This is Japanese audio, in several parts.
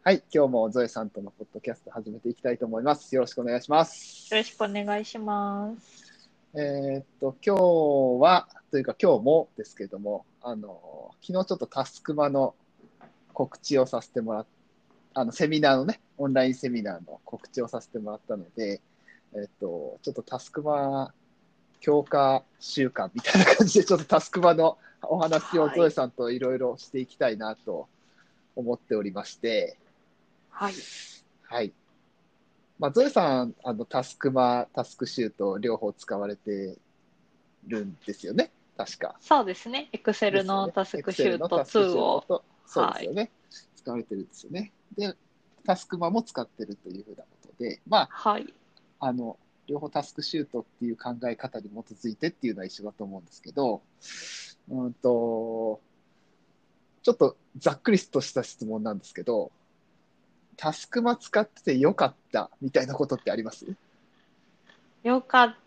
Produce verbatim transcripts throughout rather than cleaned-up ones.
はい、今日もゾエさんとのポッドキャスト始めていきたいと思います。よろしくお願いします。 よろしくお願いします。 えーっと、今日は、というか今日もですけども、あの、昨日ちょっとタスクマの告知をさせてもらっあの、セミナーのね、オンラインセミナーの告知をさせてもらったので、えーっと、ちょっとタスクマ強化週間みたいな感じで、ちょっとタスクマのお話をはい。 ゾエさんといろいろしていきたいなと思っておりまして、 はい。 はい。まあ、ゾエさん、あの、タスクマ、タスクシュート両方使われてるんですよね。確か。 そうですね。 で Excel すよね。 のタスクシュ Excel ートのタスクツーシュートを、 と、そうではい。 すよね。使われてるんですよね。で、タスクマも使ってるというふうなことで、まはい。 あ、あの、両方タスクシュートっていう考え方に基づいてっていうのは一緒だと思うんですけど、うんと、ちょっとざっくりとした質問なんですけど、タスクマ使っててよかったみたいなことってあります？ よかった。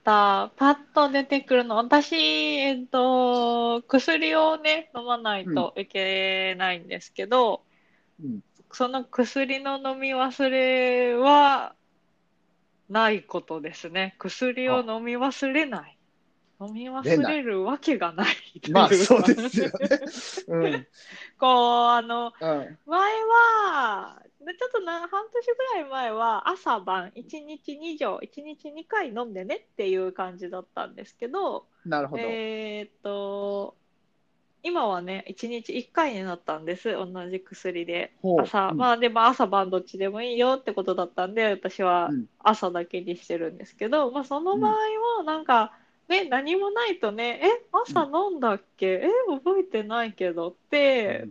パッと出てくるの。私、えっと、薬をね、飲まないうん、 といけないんですけど、 うん。 その薬の飲み忘れはないことですね。薬をあ、 飲み忘れない。飲み忘出ない。 れるわけがないとまあ、 いうかそうですよね。うん、 こう、あの、 うん、 前は、でちょっとな、半年ぐらい前は朝晩いちにちに錠、いちにちにかい飲んでねっていう感じだったんですけど、 なるほど。 えーっと、今はね、いちにちいっかいになったんです。同じ薬で。 ほう、 朝、 うん、 まあでも朝晩どっちでもいいよってことだったんで、私はうん、 朝だけにしてるんですけど、まあその場合うん、 はなんか、ね、何もないとね、え、 うん、 朝飲んだっけえ、覚えてないけどって、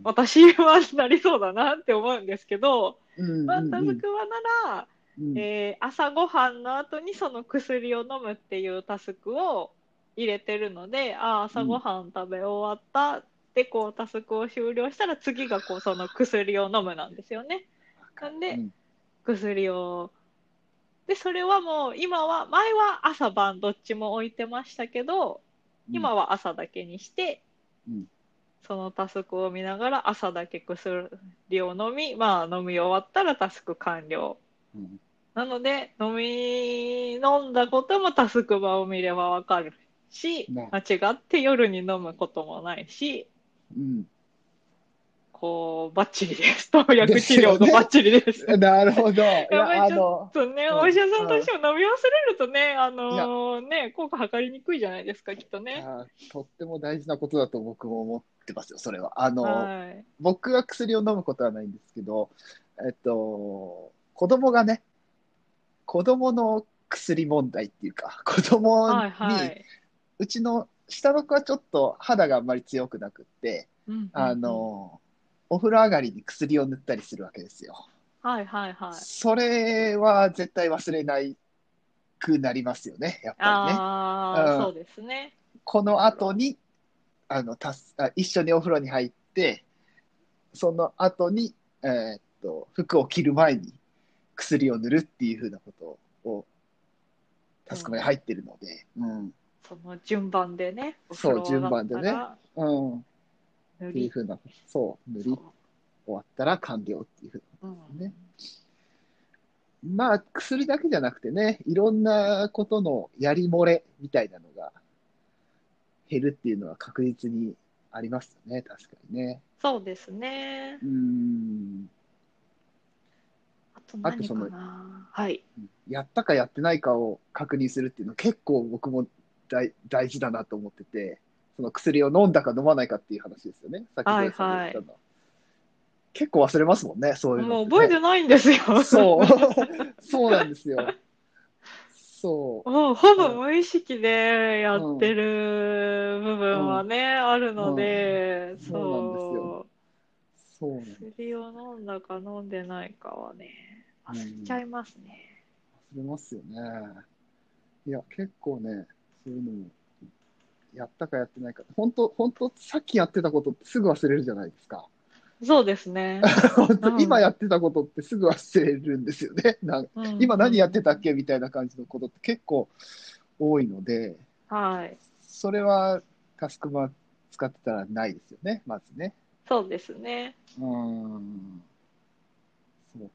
うん、 私はなりそうだなって思うんですけど、 うん、 まあ、 うん、うん、 タスクはなら、 うん、 えー朝ごはんの後にその薬を飲むっていうタスクを入れてるので、ああ、朝ごうん、 はん食べ終わったで、こう、タスクを終了したら次がこう、その薬を飲むなんですよね。 わかる。うなんで、 ん、 薬を、で、それはもう、今は、前は朝晩どっちも置いてましたけど、 うん、 今は朝だけにして、 うん、 そのタスクを見ながら朝だけ薬を飲み、まあ飲み終わったらタスク完了。 うん、 なので、飲み、飲んだこともタスク場を見ればわかるし、 ね、 間違って夜に飲むこともないし、 うん。 こう、バッチリです。投で薬治すよね。 療がバッチリです。 なるほど。いやっぱや、 りちょっあの、 とね、 うん、 お医者さんとしうん。 ても飲み忘れるとね、あいや、 のね、効果測りにくいじゃないですか、きっとね。 あ、とっても大事なことだと僕も思ってますよ、それは。あの、 はい。 僕は薬を飲むことはないんですけど、えっと、子供がね、子供の薬問題っていうか、子供はいはに、 い。 うちの下の子はちょっと肌があんまり強くなくって、 うんうあんうん。 の、お風呂上がりに薬を塗ったりするわけですよ。 はいはいはい。 それは絶対忘れないくなりますよね、やっぱりね。うああ、そん、 うですね。 この後にあのたすあ一緒にお風呂に入って、その後に、えーっと服を着る前に薬を塗るっていうふうなことをタスクにうん。 入ってるので、うん、 その順番でね、お風そう、順呂上がっ番でね、 たらうん、っ塗り。 ていうふうな、そう、塗りそ終わったら完了っていうふうなこう。うとですね。 ん。 まあ、薬だけじゃなくてね、いろんなことのやり漏れみたいなのが減るっていうのは確実にありますよね、確かにね。 そうですね。 うーん。 あと何かあとその、 な。はい。 やったかやってないかを確認するっていうのは結構僕も大大事だなと思ってて、その薬を飲んだか飲まないかっていう話ですよね。さっきはいゾエさんが言っはい。 たのは。結構忘れますもんね、そういうのっもうてね。 覚えてないんですよ。 そう、そうなんですよ。そもうほう。あ、 ぼ無意識でやってうん、 る部分はうん、 ね、あるのうん。 で、 そうなんですよ。 そう、 そうなんです。 薬を飲んだか飲んでないかはね、忘れちゃうん、 いますね。 忘れますよね。いや、結構ね、そういうのも、やったかやってないか。本当、本当、さっきやってたことってすぐ忘れるじゃないですか。 そうですね。 本当、今うん。 やってたことってすぐ忘れるんですよね。なんうん、 今うん、 何やってたっうん。 けみたいな感じのことって結構多いので、 はい。 それはタスクマ使ってたらないですよね、まずね。 そうですね。 うーん。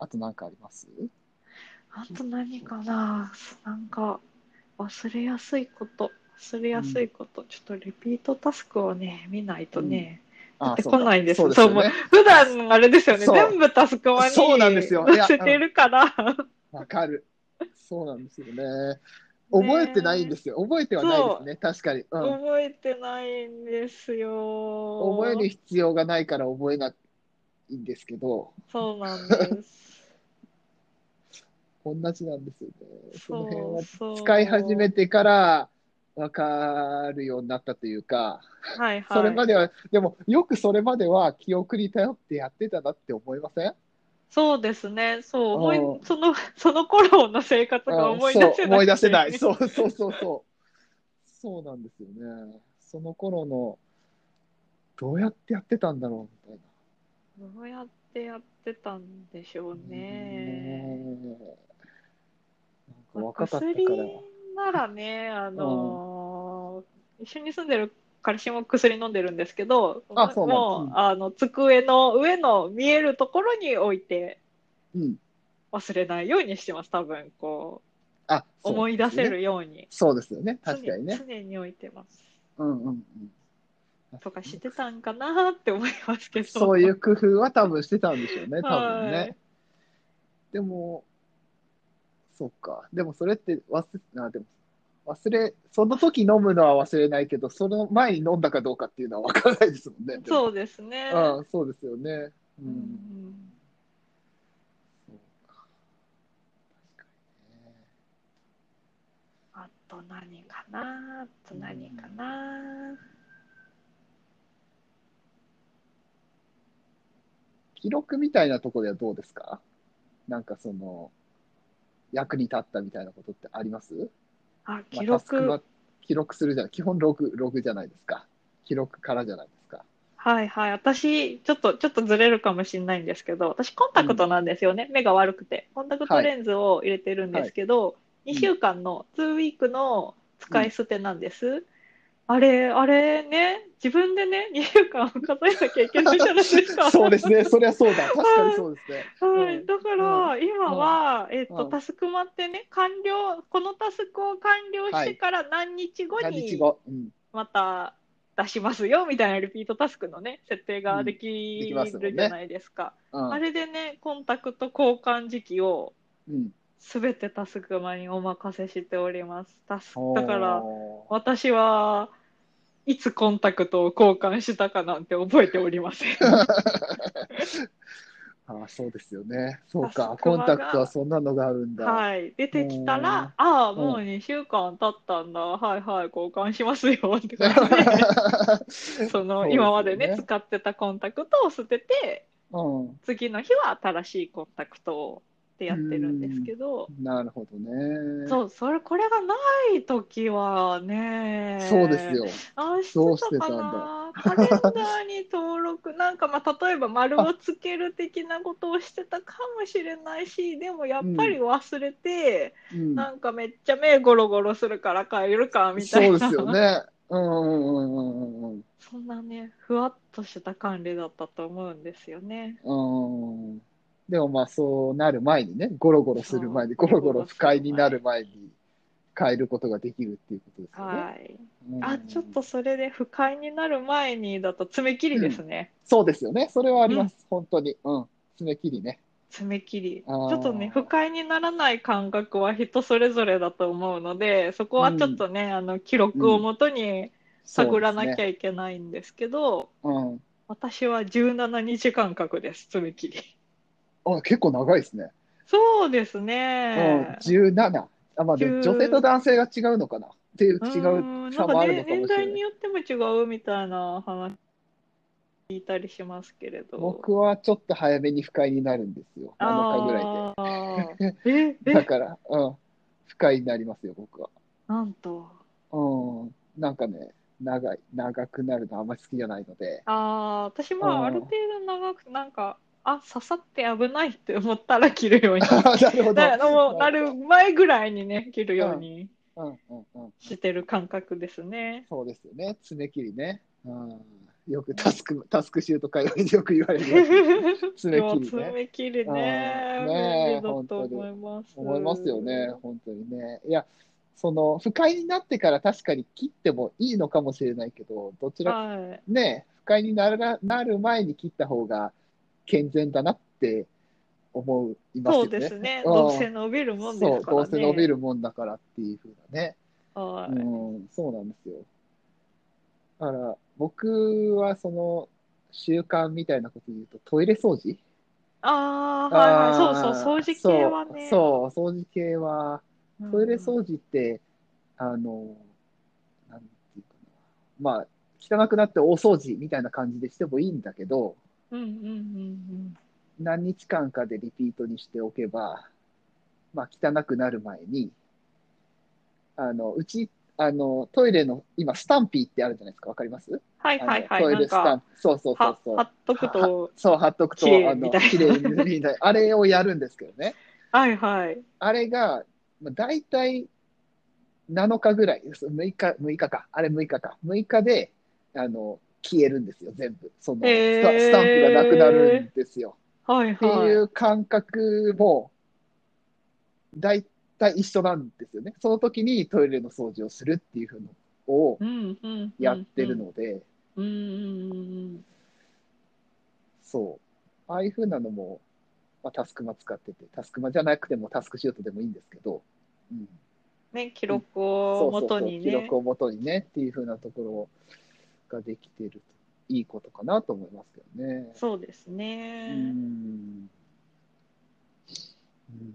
あと何かあります？ あと何かな、なんか忘れやすいこと、忘れやすうん。 いこと、ちょっとリピートタスクをね、見ないとうん。 ね、出ああ、 てこそうか。 ないんです。 そうですそう、もう、 よね。 普段あれですよね、全そ部タスクう。 マそうなんでにすよ。いや、 載せてうん。 るから。 わかる。そうなんですよね。覚えてないんでねえ、 すよ。覚えてはないですそね。確かに。うう、 ん。 覚えてないんです覚えるよ。 必要がないから覚えないんですけど、 そうなんです。 同じなんですよね。その辺そうは使い始めそてからわかるようになったというか、 う。はいはい。 それまでは、でもよくそれまでは記憶に頼ってやってたなって思いません？ そうですね。そう、思い、 うん。 その、その頃の生活がうん、 思い出そう、 せな思い出せない。 くて。 そうそうそうそう。そうなんですよね。その頃の、どうやってやってたんだろうみたいどうやってやってたんでしょうね。 な。ねえ、なんかまあ、 若かった薬から。 ならね、あうん。 のー一緒に住んでる彼氏も薬飲んでるんですけど、 あ、そうなんだ。うもう、 ん。 あの、机の上の見えるところに置いてうん。 忘れないようにしてます。多分、こう、 あ、そ思い出せうですよね。 るように。 そうですよね。 常、 確かにね。 常に置いてます。 うんうんうん。確とかかにね。 してたんかなって思いますけど。 そういう工夫は多分してたんでしょうね。多分ね。 はい。 でも、そっか。でもそれって忘れ、あ、でも忘れ、その時飲むのは忘れないけど、その前に飲んだかどうかっていうのは分からないですもんね。でも。 そうですね。 うん、そうですよね。ううん。 ん、 そうか。確かにね。 あと何かな、あとうん、 何かな。 記録みたいなところではどうですか？なんかその、役に立ったみたいなことってあります？ あ、 まあ、 記タスクは録。 記録するじゃん。基本ログ、ログじゃないですか。記録からじゃないですか。 はいはい。私、ちょっと、ちょっとずれるかもしれないんですけど、私コンうん。 タクトなんですよね。目が悪くて。コンタクトはい。 レンズを入れてるんではい。 すけど、2 うん。 週間のツーウィークのうん。 使い捨てなんです。あれ、あれね、自分でね、にしゅうかん数えなきゃいけないじゃないですか。 そうですね。そりゃそうだ。確かにそうですね。うはい。 ん。 だかうん。 ら、今うん。 は、えっと、 うん。 タスクマってね、完了、このタスクを完了しはい。 てから何日後に何日後。うん。 また出しますよ、みたいなリピートタスクのね、設定うん。 がでできまきすもんね。 るじゃないですか。あうん。 れでね、コンタクト交換時期をうん。 すべてタスクマにお任せしております。タスだから、 おー。 私はいつコンタクトを交換したかなんて覚えておりません。 ああ、そうですよね。そうタスか。 クコンタクトはマが、 そんなのがあるんだ。 はい、出うてきたーん。 ら、ああ、 うん。 もうにしゅうかん経ったんだ。はいはい、交換しますよって感じで、そのそうで今までね、 すよね。 使ってたコンタクトを捨てて、 うん。う次の日は新しいコンタクトをってーやってるんですん。 けど、 なるほどね。 そう、それ、これがないときはそうですね、 よ。 あ、してどうしたかてたんだ。 な。カレンダーに登録、なんかまあ、例えば丸あ、 をつける的なことをしてたかもしれないし、でもやっぱりうん。 忘れて、 うん。 なんかめっちゃ目ゴロゴロするから変えるか、みたいそうですよな。 ね。うんうんうんうんそんなね、ふわっとした管理だったと思うんですよね。 うん。うん。でもまあそうなる前にね、ゴロゴロするそう、 前に、 ゴロゴロゴロゴロする不快になる前に。 前に変えることができるっていうことですよね。 はい。 うあ、ちょっとん。 それで不快になる前にだと爪切りうん。 ですね。 そうですよね。それはあうん。 ります。本当に。うん。爪切りね。 爪切り。 あちょっとね、不あ。 快にならない感覚は人それぞれだと思うので、そこはちょっうん。 とね、あの、記うん。 録をもとにそう探ですね。 らなきゃいけないんですけど、 うん。 私はじゅうしちにち間隔です、爪切り。 あ、結構長いですね。 そうですうん。 ね。 じゅうなな。あ、まあでも女性とじゅう、 男性が違うのかなっていうう違うーん、なんかね、 差もあるのかも年しれない。 代によっても違うみたいな話聞いたりしますけれど。 僕はちょっと早めに不快になるんですよ。なのかぐらいで。 ああ、え、え、 だから、うん。不快になりますよ、僕は。 なんと。 うん。なんかね、長い、長くなるのあんまり好きじゃないので。 ああ、私うまあ、ある程ん。 度長く、なんか、あ、刺さって危ないって思ったら切るように。 なるほど。 な、もう、なるなるほど。 前ぐらいにね、切るうん。 ようにうん、うん、うん、うん。 してる感覚ですね。 そうですよね。爪切りね。うん。 よくタスク、タスクシュート界隈でよく言われるやつ。爪今、 切りね。 爪切りあね、 ー便ねえ、 利だと本当に。 思います。 思いますよね、本当にね。いや、その、不快になってから確かに切ってもいいのかもしれないけど、どちら、 はい。 ねえ、不快になるなる前に切った方が健全だなって思いまそうすよね。 ですね。どううん。 せ伸びるもんですそう、 かどうせ伸びらね。 るもんだからっていうふうなね。うはい。 ん、そうなんですよ。だから、僕はその、習慣みたいなこと言うと、トイレ掃除。 ああ、はいはい。そうそう、 ああ、 掃除系そう、 はね。 そう、掃除系は、 うトイレん。 掃除って、あの、なんていうかな。まあ、汚くなって大掃除みたいな感じでしてもいいんだけど、 うんうんうん何日間かでリピートにしておけば、まあ、汚くなる前に、あの、うち、あの、トイレの、今、スタンピーってあるじゃないですか。わかります？ はいあの、 はいはい。 トイなんか、 レスタンプ、そうそうそうは、 そう。 貼っとは、は、 くと、 そう、貼っとく綺と、あの、 麗みたい綺麗にな。 みたいな、あれをやるんですけどね。 はいはい。 あれが、まあ、大体なのかぐらい、むいか、むいかか。あれむいかか。むいかで、あの、消えるんですよ、全部。その、スタ、スタンプがなくなるんへえ、 ですよ。 はいっていはい。 う感覚も、大体一緒なんですよね。その時にトイレの掃除をするっていうふうのをうんうんうやってるんうん。 ので、 うんうんうん。 そう。ああいうふうなのも、まあ、タスクマ使ってて、タスクマじゃなくてもタスクシュートでもいいんですけど、うん。 ね、記い録をもとそうそうそう、 にね。 記録をもとにねっていうふうなところができてるといいことかなと思いますけどね。 そうですうーね。 ん。うん、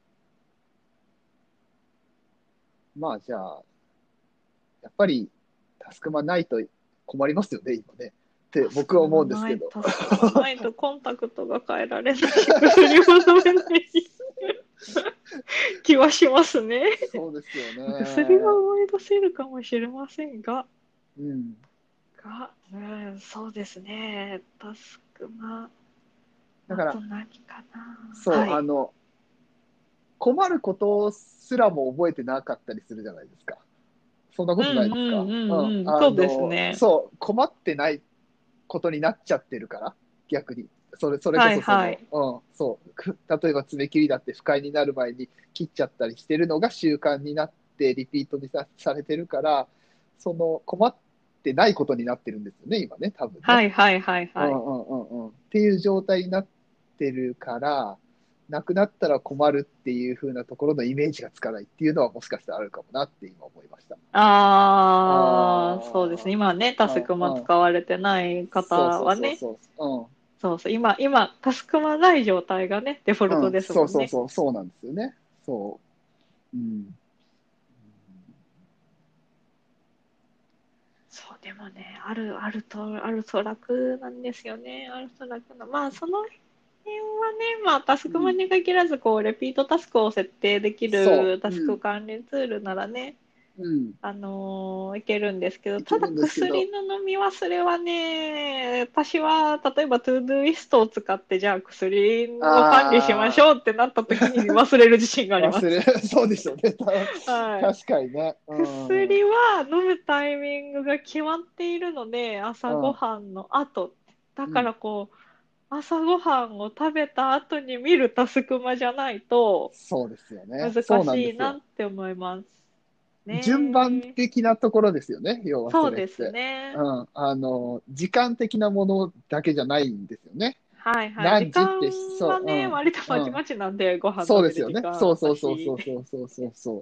まあじゃあ、やっぱりタスクマないと困りますよね、今ね。ってタスク僕は思マない、 うんですけど。 タスクマないとコンタクトが変えられないし、薬も飲めない気はしますね。 そうですよ薬はね。 思い出せるかもしれませんが、 うん。 が、うん、そうですね。タスクマ、 だから、 あと何かな。 そう、 はい。 あの、困ることすらも覚えてなかったりするじゃないですか。そんなことなうんういですか？ んううん。 んうん。 あそうですの、 ね。 そう、困ってないことになっちゃってるから、逆に。それ、それこはいそその、 はい。 うん、そう、く例えば爪切りだって不快になる前に切っちゃったりしてるのが習慣になってリピートにさ、されてるから、その困ってないことになってるんですよね、今ね、多分ね。 はいはいはいはい。 うんうんうんうん。っていう状態になってるから、なくなったら困るっていう風なところのイメージがつかないっていうのはもしかしたらあるかもなって今思いました。あああ、そうですね。 あ、 今ね、タスクマうんうん。 使われてない方そうそうはね、 そうそう。 そうそう、今、今、タスクマない状態がね、デフォうん。 ルトうん。 ですもんね。 そうそうそう。そうなんですよね。そう。うん。 そう、でもね、ある、あると、あると楽なんですよね。あると楽な。まあ、その辺はね、まあ、タスクマうん。 に限らず、こう、レピートタスクを設定できそるタう。うん。 スク管理ツールならね、 うん。 あのーいけるんですけど、ただいけるんですけど。 薬の飲み忘れはね、私は例えばトゥードゥーイストを使ってじゃあ薬を管理しましあょうってなった時に忘れる自信がああ、忘れ、 ります。 そうでしょうね。たはい。 確かにね。うん。うん。 薬は飲むタイミングが決まっているので、朝ごうはんの後。だかん。 らこう、朝ごはんを食べた後に見るタスクマじゃないとそうですよね。そうなんで難しいすよ。 なって思います。 順番ねえ。 的なところですよね、要はそそうですれって。うね。 ん。あの、時間的なものだけじゃないんですよね。 はいはい。時何時って、 間はね、 そう、 割とうん、うん。 まちまちなんで、ご飯食べる時そうですよね。そう間だし。 そうそうそうそうそうそうそう。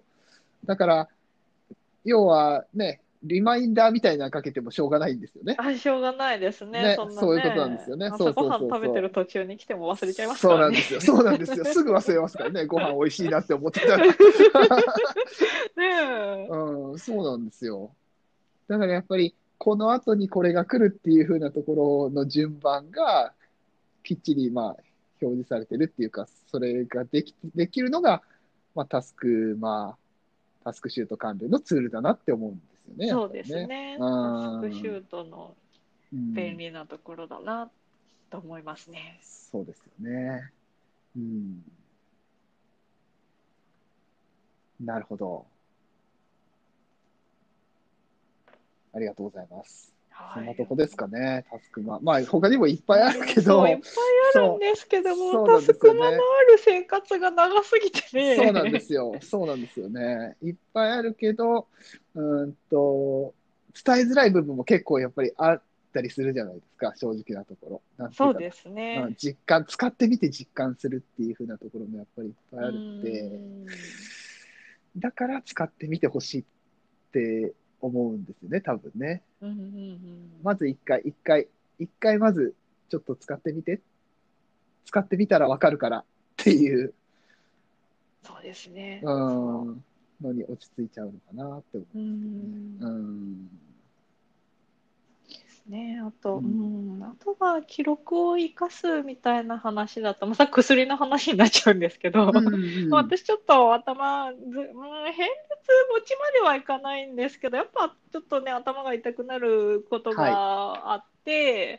だから、要はね、リマインダーみたいなのかけてもしょうがないんですよね。 あ、しょうがないですね。 ね、 そんなそういうことなんですね。 よね。そ朝ごうそうはん食べてそうそう。 る途中に来ても忘れちゃいますからね。 そうなんですよ。そうなんですよ。すぐ忘れますからね。ご飯美味しいなって思ってたら。 ねえ。 うん、そうなんですよ。だからやっぱり、この後にこれが来るっていう風なところの順番が、きっちり、まあ、表示されてるっていうか、それができ、できるのが、まあ、タスク、まあ、タスクシュート関連のツールだなって思うんですよね、やっそうですぱりね。 ね。 うタスクシん。 ュートのうん。 便利なところだなと思いますね。 そうですよね。うん。なるほど。ありがとうございます。 はい。 そんなとこですかね、タスクマ。まあ、他にもいっぱいあるけそう、いっど、 ぱいあるんそですけどう、 も、 そうなんでタスクマのすよね。 ある生活が長すぎてそうなんでね。 すよ。そうなんですよね。いっぱいあるけど、うーんと、伝えづらい部分も結構やっぱりあったりするじゃないですか、正直なところ。なんていうかそうですな。うん、 ね。 実感、使ってみて実感するっていう風なところもやっぱりいっぱいうーあるんで、 ん。 だから使ってみてほしいって思うんですよね、多分ね。 うんうんうん。 まず一回、一回、一回まずちょっと使ってみて、使ってみたらわかるからっていう、 そうですね。 うそん、のに落ち着いちゃうのかなって思う。うーうね。うん。 ん。 ですね。あと、ううん。 ん。あとは記録を生かすみたいな話だと、また薬の話になっちゃうんですけど、 うんうんうん。 私ちょっと頭ず、うん、偏頭痛持ちまではいかないんですけど、やっぱちょっとね、頭が痛くなることはい。 があって、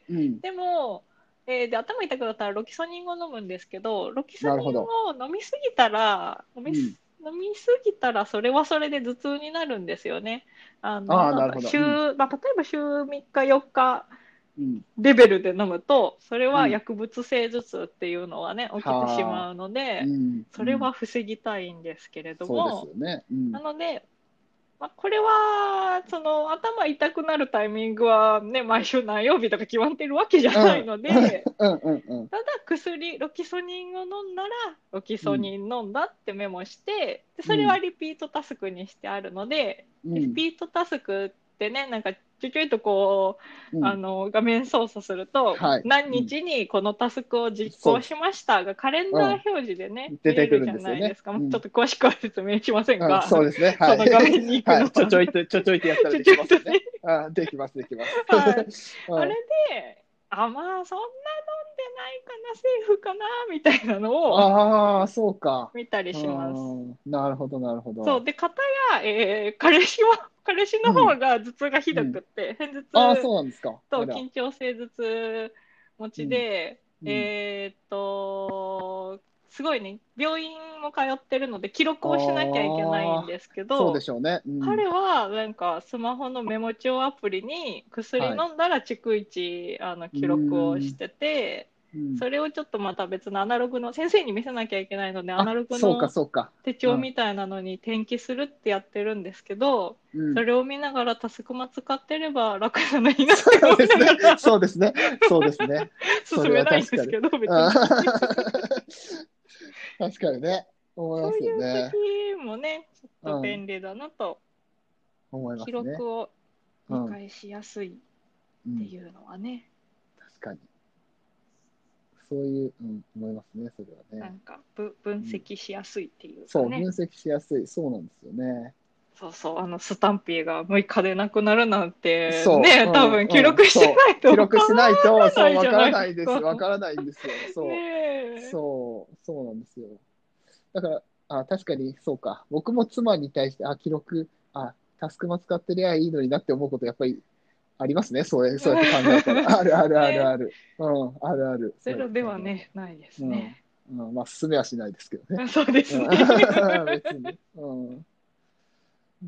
うん。 でも、えーで、頭痛くなったらロキソニンを飲むんですけど、ロキソニなるほど。 ンを飲みすぎたら、飲みうん。 す、飲みすぎたらそれはそれで頭痛になるんですよね。あの、 ああ、 なんだ、 なるほど。うん。 週、まあ、例えば週みっかよっかうん。 レベルで飲むと、それはうん。 薬物性頭痛っていうのはね、起きてしはあ。 まうので、 うん。うん。 それは防ぎたいんですけれどそうですも、 よね。うん。 なので、まあ、これは、その、頭痛くなるタイミングはね、毎週何曜日とか決まってるわけじゃうん。 ないので、 うんうんうん。 ただ薬、ロキソニンを飲んだら、ロキうん。 ソニン飲んだってメモして、でそれはうん。 リピートタスクにしてあるので、リうん。 ピートタスクってね、なんかちょちょいとこう、あうん。 の、画面操作すると、 はい。 何うん。 日にこのタスクを実行そうです。 しましたが、カレンダーう表示でね、 ん。出てくるん見えるじゃですよね。 ないですか。もうん。 うちょっと詳しくは説明しませんうん、 が、 そうですね。はい。 その画面に行くはい。ちょのは、 ちょいと、ちょちょいとやったらちょできますよね。 ちょいとね、 あ、できます、できます。 はい。あれうん。 で、あ、まあ、そんな飲んでないかな、セーフかな、みたいなのをああ、そうか。 見たりうします。 ん。なるほど、なるほそう。 ど。 で、片や、えー彼氏は、彼氏のうん。 方が頭痛がひうん。 どくって、偏頭ああ、 痛そうなんですか。あら。 と緊張性頭痛持うん。 ちで、 うん。 えーっと、すごいね、病院も通ってるので記録をしなきゃいけないんああ、 ですけそうでど、 しょうね。うん。 彼はなんかスマホのメモ帳アプリに薬はい。 飲んだら逐一あのう記録をーん。 してて、 うん。 それをちょっとまた別のアナログの先生に見せなきゃいけないのでアナあ、 ログそうか、 のそうか。 手うん。 帳みたいなのに転記するってやってるんですけど、 うん。 それを見ながらタスクマ使ってれば楽なのになってそう思いですね。 ながらそうですね。そうですね。それは進めないん確かに。 ですけど別あにー確かにね。思いますよそういうね。 時もねちょっとうん。 便利だなと、 思いま記すね。 録をうん。 見返しやすいっうん。 ていうのはね、 確かに。そういう、うん、思いますね。それはね。 なんかぶ分うん。 析しやすいっていうかそう、分ね。 析しやすい。そうなんですよね。 そうそう、あのスタンピーがむいかでなくなるなんてそう、 ね、多分記うん、うん、 録してそう。 ないとわか記録しないと、 らなそう、わからいじゃないないです。 ですか。 わからないんですよ。 ねそう。 え。 そう、そうなんですよ。だから、あ、確かに、そうか。僕も妻に対して、あ、記録、あ、タスクマ使ってりゃいいのになって思うこと、やっぱりありますね。そうや、そうやって考えたら。あるあるあるね、 ある。うん、あるある。そうやってゼロでは考えたね、ないですら。うん。 ね。 うん、まあ、進めはしないですけどね。 そうですうん、 ね。 別に。うん。うん。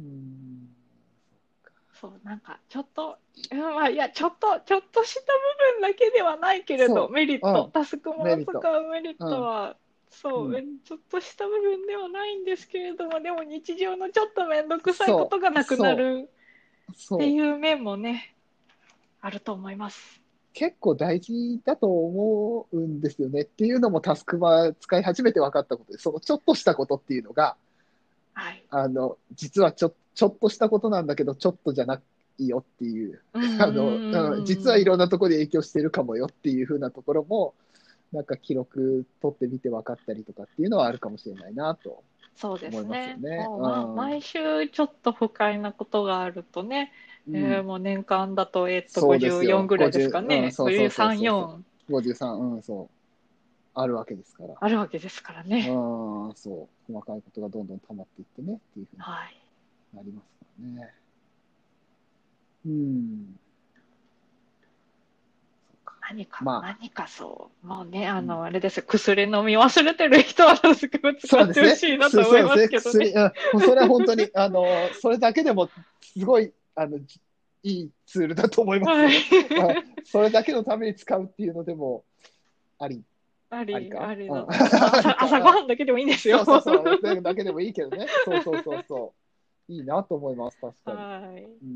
そう、なんか、ちょっと、うんまあ、いや、ちょっと、ちょっとした部分だけではないけれど、 そメリッう。うト、 ん。 タスクマを使メリット。 うメリッうん。 トは、そう、 うん。 えちょっとした部分ではないんですけれども、でも日常のちょっとめんどくさいこそとがう。 なくなそるう。 ってそう。 いう面もね、あると思います。 結構大事だと思うんですよね。っていうのもタスクマ使い始めて分かったことで、そのちょっとしたことっていうのが、 はい。 あの、実はちょ、ちょっとしたことなんだけど、ちょっとじゃないよっていう、 うんあの、うん、実はうんうん。 いろんなところで影響してるかもよっていうふうなところも、なんか記録取ってみて分かったりとかっていうのはあるかもしれないなとそうで思いますよすね。 ね。 もう、まあ、 うん。 毎週ちょっと不快なことがあるとね、 うん。 えーもう年間だと、えっと、 そうですごじゅうよんよ。 ぐらいですごじゅう、うん、 かね。 そうそうそうごじゅうさん、 そうそよんう。ごじゅうさん、うん、そう。あるわけですから。 あるわけですからね。 うん、そう。細かいことがどんどん溜まっていってね、っていうふうにはい。 なりますからね。うん。そうか。 何か、 まあ、 何かそう。もうね、あうん、 の、あれですよ。薬飲み忘れてる人はタスク使ってそうですね。 ほしいなすと思いまそうですね。 すけどね。 薬、うん、もうそれは本当に、あの、それだけでも、すごい、あの、じいいツールだと思いますよ。 はい。 まあ、それだけのために使うっていうのでも、あり、 あありり、 かうん。 ありだと。まあ、 あり朝、朝ごか。 はんだけでもいいんですよ。 そうそうそう。それだけでもいいけどね。そうそうそうそう。いいなと思います。確かに。 はい。 うん。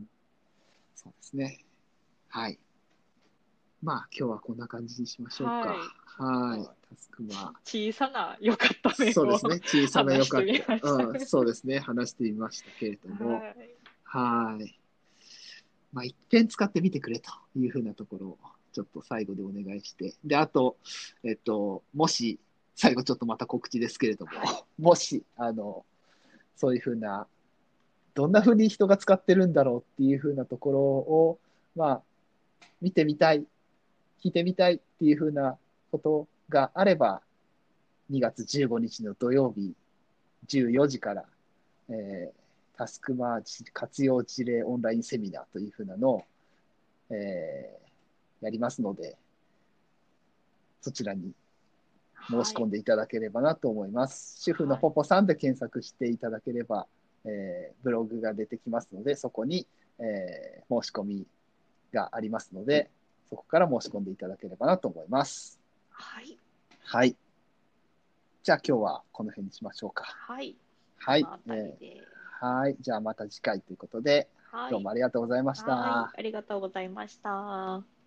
そうですね。はい。まあ、今日はこんな感じにしましょうか。 はい。ちょはい。 っと、 タスクは。 ち、小さな良かった面をそうですね。小さな良話してかった。 みました。 うん、そうですね。話してみましたけれども。 はい。 はい。まあ、一遍使ってみてくれというふうなところを、ちょっと最後でお願いして。で、あと、えっと、もし、最後ちょっとまた告知ですけれども、 はい。 もし、あの、そういうふうな、どんなふうに人が使ってるんだろうっていうふうなところを、まあ、見てみたい、聞いてみたいっていうふうなことがあれば、にがつじゅうごにちの土曜日、じゅうよじから、えー、タスクマーチ活用事例オンラインセミナーというふうなのを、えー、やりますので、そちらに申しはい。 込んでいただければなと思います。主婦のはい。 ポポさんで検索していただければ、えー、ブログが出てきますので、そこに、えー、申し込みがありますので、そこから申し込んでいただければなと思います。 はい。 はい。じゃあ今日はこの辺にしましょうか。 はい。こはい。 のあたりえで。 ー、はい。じゃあまた次回ということで、 はい。 どうもありがとうございましはい。 た。 ありがとうございました。